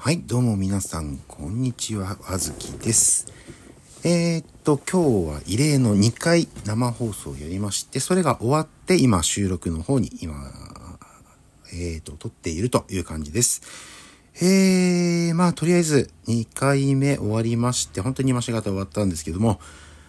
はい、どうも皆さん、こんにちは、あずきです。今日は異例の2回生放送をやりまして、それが終わって、今、収録の方に、撮っているという感じです。とりあえず、2回目終わりまして、本当に今しがた終わったんですけども、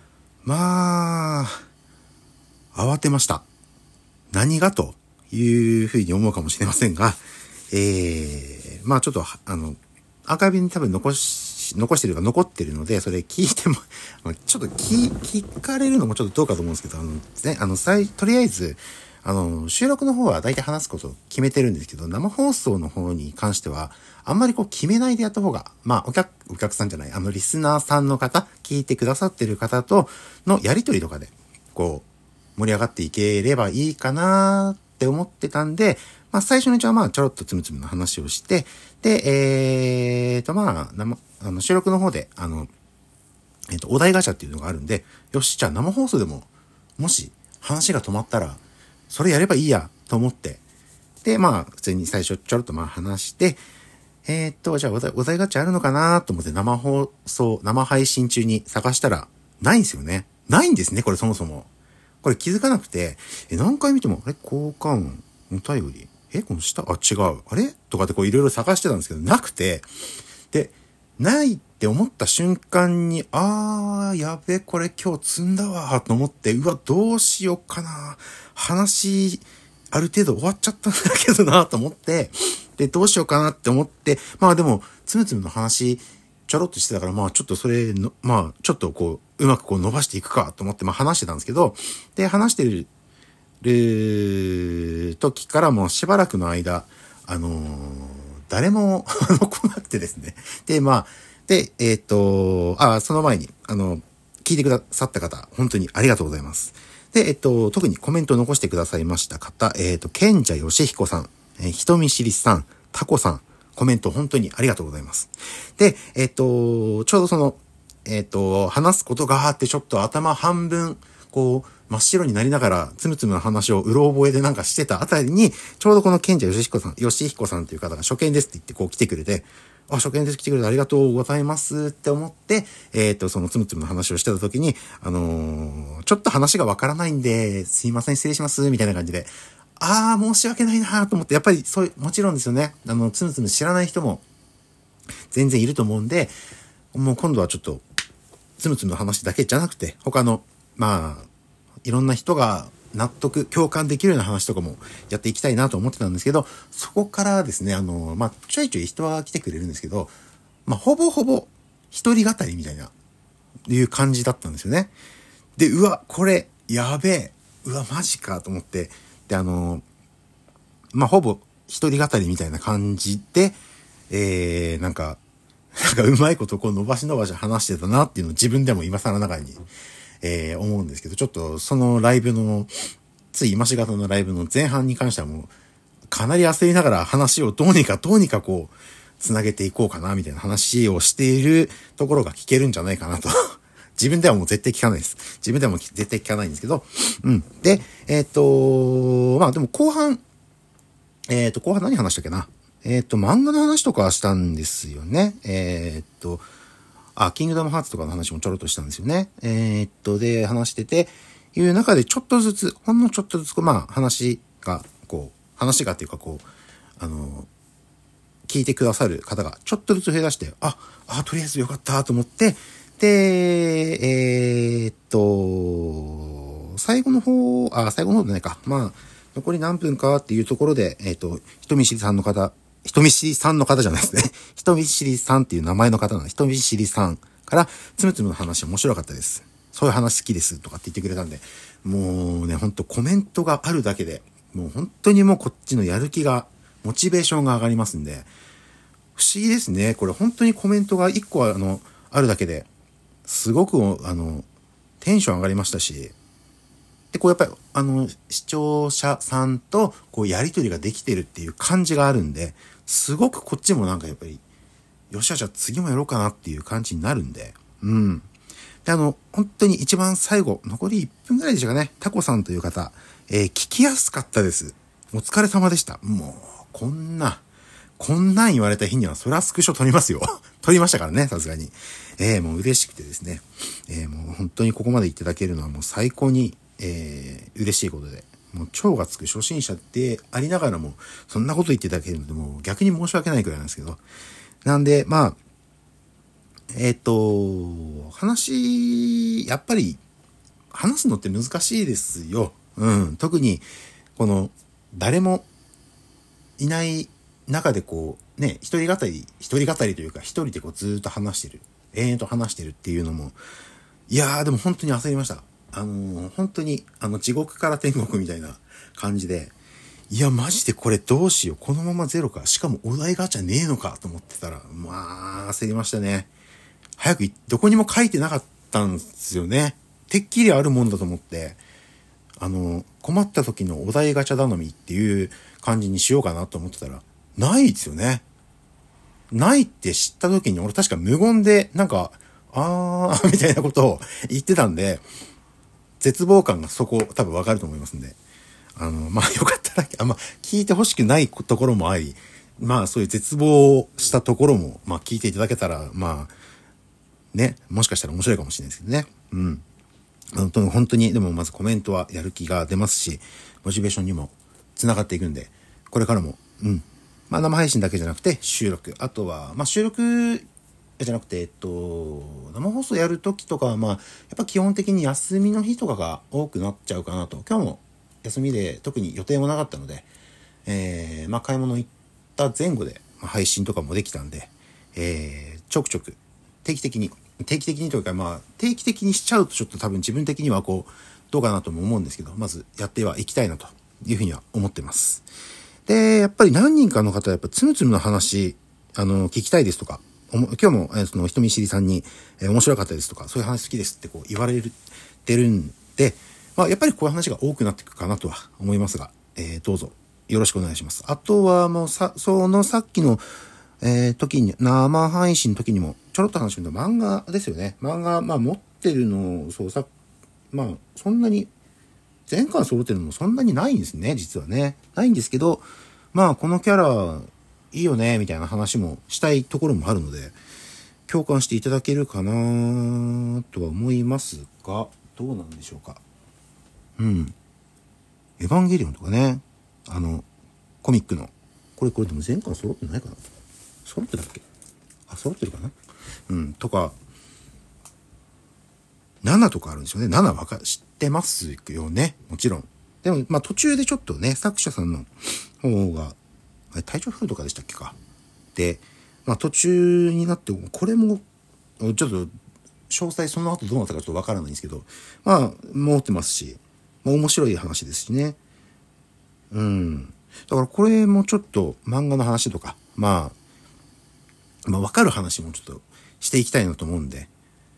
慌てました。何がというふうに思うかもしれませんが、ちょっと、アーカイブに多分残してるか残ってるので、それ聞いても、ちょっと聞かれるのもちょっとどうかと思うんですけど、とりあえず、収録の方は大体話すことを決めてるんですけど、生放送の方に関しては、あんまり決めないでやった方が、お客さんじゃない、リスナーさんの方、聞いてくださってる方とのやりとりとかで、盛り上がっていければいいかなって思ってたんで、最初のうちはちょろっとつむつむの話をして、で、収録の方で、お題ガチャっていうのがあるんで、よし、じゃあ生放送でも、もし話が止まったら、それやればいいや、と思って、で、普通に最初ちょろっと話して、じゃあお題ガチャあるのかなと思って生配信中に探したら、ないんですよね。ないんですね、これそもそも。これ気づかなくて、何回見ても、交換音、お便り、この下、違う。あれとかっていろいろ探してたんですけど、なくて、で、ないって思った瞬間に、やべ、これ今日積んだわ、と思って、どうしようかな。話、ある程度終わっちゃったんだけどな、と思って、で、どうしようかなって思って、でも、つむつむの話、ちょろっとしてたから、ちょっとそれの、ちょっとうまく伸ばしていくか、と思って話してたんですけど、で、話してる時からもうしばらくの間、誰も来なくてですね。で、その前に、聞いてくださった方、本当にありがとうございます。で、特にコメントを残してくださいました方、賢者よしひこさん、人見知りさん、タコさん、コメント本当にありがとうございます。で、ちょうど話すことがあってちょっと頭半分、真っ白になりながら、つむつむの話をうろ覚えでしてたあたりに、ちょうどこの賢者よしひこさんという方が初見ですって言って来てくれて、初見です来てくれてありがとうございますって思って、そのつむつむの話をしてた時に、ちょっと話がわからないんで、すいません失礼します、みたいな感じで、申し訳ないなと思って、やっぱりもちろんですよね。つむつむ知らない人も全然いると思うんで、もう今度はちょっと、つむつむの話だけじゃなくて、他の、いろんな人が共感できるような話とかもやっていきたいなと思ってたんですけど、そこからですね、ちょいちょい人は来てくれるんですけど、ほぼほぼ一人語りみたいな、いう感じだったんですよね。で、これ、やべえ。マジかと思って、で、ほぼ一人語りみたいな感じで、なんかうまいこと伸ばし話してたなっていうのを自分でも今更ながらに、思うんですけど、ちょっとそのライブの、つい今しがたのライブの前半に関してはもう、かなり焦りながら話をどうにかつなげていこうかな、みたいな話をしているところが聞けるんじゃないかなと。自分ではもう絶対聞かないです。自分ではもう絶対聞かないんですけど、で、でも後半何話したっけな。漫画の話とかしたんですよね。キングダムハーツとかの話もちょろっとしたんですよね。で、話してて、いう中でちょっとずつ、ほんのちょっとずつ、話がっていうか聞いてくださる方がちょっとずつ増え出して、とりあえずよかったと思って、で、最後の方でないか。残り何分かっていうところで、人見知りさんの方じゃないですね。人見知りさんっていう名前の方なんで、人見知りさんから、つむつむの話面白かったです。そういう話好きですとかって言ってくれたんで、もうね、ほんとコメントがあるだけで、もう本当にもうこっちのやる気が、モチベーションが上がりますんで、不思議ですね。これ本当にコメントが一個あるだけで、すごくテンション上がりましたし、で、やっぱり、視聴者さんと、やりとりができてるっていう感じがあるんで、すごくこっちもやっぱり、よっしゃ、じゃあ次もやろうかなっていう感じになるんで、で、本当に一番最後、残り1分ぐらいでしたかね、タコさんという方、聞きやすかったです。お疲れ様でした。もう、こんなこんなん言われた日にはそりゃスクショ撮りますよ。撮りましたからね、さすがに。もう嬉しくてですね。もう本当にここまで言っていただけるのはもう最高に、嬉しいことで。もう超がつく初心者でありながらも、そんなこと言っていただけるので、もう逆に申し訳ないくらいなんですけど。なんで、まあ、やっぱり、話すのって難しいですよ。特に、この、誰もいない中でこう、ね、一人語りというか、一人でこうずーっと話してる。延々と話してるっていうのも、いやーでも本当に焦りました。本当に、地獄から天国みたいな感じで、いや、マジでこれどうしよう。このままゼロか。しかもお題ガチャねえのかと思ってたら、まあ、焦りましたね。早く、どこにも書いてなかったんですよね。てっきりあるもんだと思って、困った時のお題ガチャ頼みっていう感じにしようかなと思ってたら、ないですよね。ないって知った時に俺確か無言で、なんか、みたいなことを言ってたんで、絶望感がそこ多分わかると思いますんで。まあよかったら、聞いてほしくないところもあり、まあそういう絶望したところも、まあ聞いていただけたら、まあ、ね、もしかしたら面白いかもしれないですけどね。本当に、でもまずコメントはやる気が出ますし、モチベーションにも繋がっていくんで、これからも、まあ生配信だけじゃなくて収録、あとは、まあ収録じゃなくて、生放送やるときとかは、まあ、やっぱ基本的に休みの日とかが多くなっちゃうかなと。今日も休みで特に予定もなかったので、まあ買い物行った前後で、まあ、配信とかもできたんで、ちょくちょく定期的にというか、まあ、定期的にしちゃうとちょっと多分自分的にはこう、どうかなとも思うんですけど、まずやってはいきたいなというふうには思ってます。で、やっぱり何人かの方はやっぱつむつむの話、聞きたいですとか、今日も、人見知りさんに、面白かったですとか、そういう話好きですってこう言われてるんで、まあ、やっぱりこういう話が多くなっていくかなとは思いますが、どうぞよろしくお願いします。あとはもうさっきの、時に、生配信の時にも、ちょろっと話してる漫画ですよね。漫画、まあ持ってるの、まあ、そんなに、全巻揃ってるのもそんなにないんですね、実はね。ないんですけど、まあこのキャラ、いいよね、みたいな話もしたいところもあるので、共感していただけるかなとは思いますが、どうなんでしょうか。エヴァンゲリオンとかね、コミックの、これでも全巻揃ってないかな？揃ってたっけ？揃ってるかな？とか、7とかあるんですよね。7知ってますよね。もちろん。でも、まあ途中でちょっとね、作者さんの方が、体調不良とかでしたっけか。で、まあ途中になって、これも、ちょっと、詳細その後どうなったかちょっとわからないんですけど、まあ、持ってますし、まあ面白い話ですしね。だからこれもちょっと漫画の話とか、まあわかる話もちょっとしていきたいなと思うんで、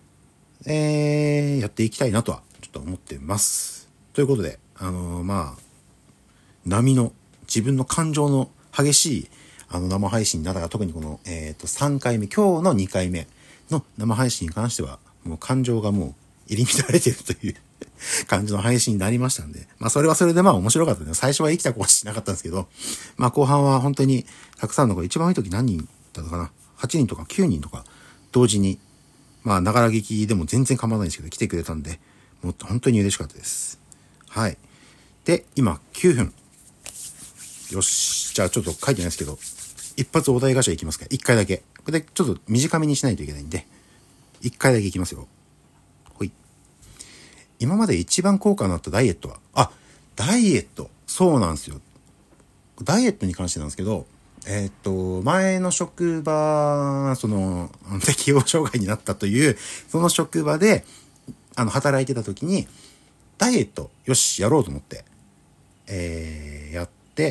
やっていきたいなとはちょっと思ってます。ということで、まあ、自分の感情の激しい、生配信になったら、特にこの、3回目、今日の2回目の生配信に関しては、もう感情がもう入り乱れてるという感じの配信になりましたんで、まあそれはそれでまあ面白かったです。最初は生きた子はしなかったんですけど、まあ後半は本当にたくさんの子、一番多い時何人だったかな？ 8 人とか9人とか同時に、まあながら聞きでも全然構わないんですけど、来てくれたんで、もう本当に嬉しかったです。はい。で、今9分。よし。じゃあちょっと書いてないですけど、一発お題ガチャいきますか。1回だけ。これでちょっと短めにしないといけないんで、1回だけいきますよ。ほい。今まで一番効果のあったダイエットは、ダイエット。そうなんですよ。ダイエットに関してなんですけど、前の職場、適応障害になったという、その職場で、働いてた時に、ダイエット、よし、やろうと思って、やって、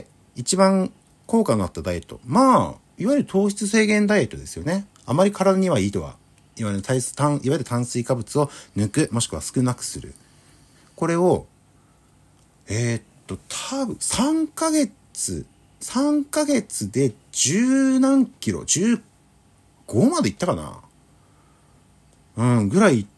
一番効果のあったダイエット。まあ、いわゆる糖質制限ダイエットですよね。あまり体にはいいとは、いわゆる炭水化物を抜く、もしくは少なくする。これを、多分3ヶ月で10何キロ、15までいったかな？ぐらい行って、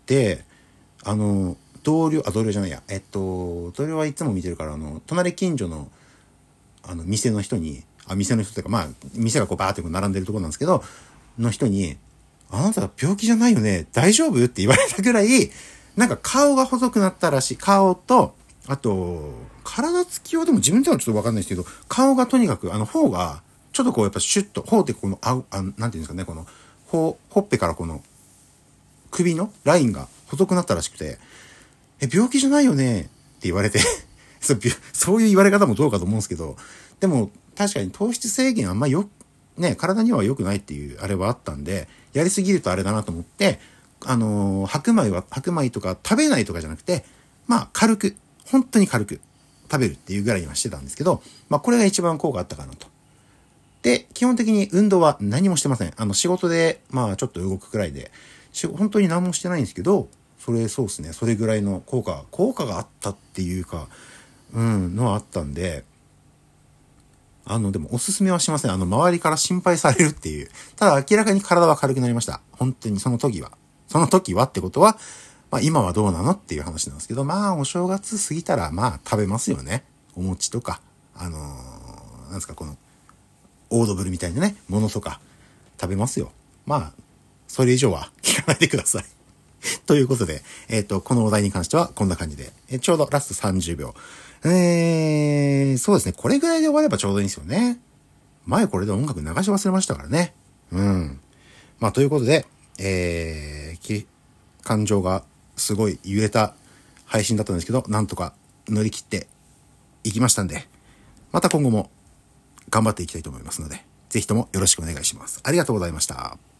同僚じゃないや、同僚はいつも見てるから、隣近所の、店の人に、 店の人というか、まあ、店がこうバーってこう並んでるところなんですけど、の人に、あなた病気じゃないよね、大丈夫って言われたぐらい、なんか顔が細くなったらしい。顔と、あと、体つきはでも自分ではちょっとわかんないですけど、顔がとにかく、方が、ちょっとこうやっぱシュッと、頬ってこの、なんていうんですかね、この、ほっぺからこの、首のラインが細くなったらしくて、病気じゃないよねって言われてそういう言われ方もどうかと思うんですけど、でも確かに糖質制限あんま体には良くないっていうあれはあったんで、やりすぎるとあれだなと思って、白米とか食べないとかじゃなくて、まあ軽く、本当に軽く食べるっていうぐらいにはしてたんですけど、まあこれが一番効果あったかなと。で、基本的に運動は何もしてません。仕事で、まあちょっと動くくらいで、本当に何もしてないんですけど、そうですね。それぐらいの効果があったっていうか、のはあったんで、でもおすすめはしません。周りから心配されるっていう。ただ明らかに体は軽くなりました。本当にその時は。その時はってことは、まあ今はどうなのっていう話なんですけど、まあお正月過ぎたらまあ食べますよね。お餅とか、なんですか、この、オードブルみたいなね、ものとか食べますよ。まあ、それ以上は聞かないでください。ということで、このお題に関してはこんな感じで、ちょうどラスト30秒。そうですね。これぐらいで終わればちょうどいいんですよね。前これで音楽流し忘れましたからね。まあ、ということで、感情がすごい揺れた配信だったんですけど、なんとか乗り切っていきましたんで、また今後も頑張っていきたいと思いますので、ぜひともよろしくお願いします。ありがとうございました。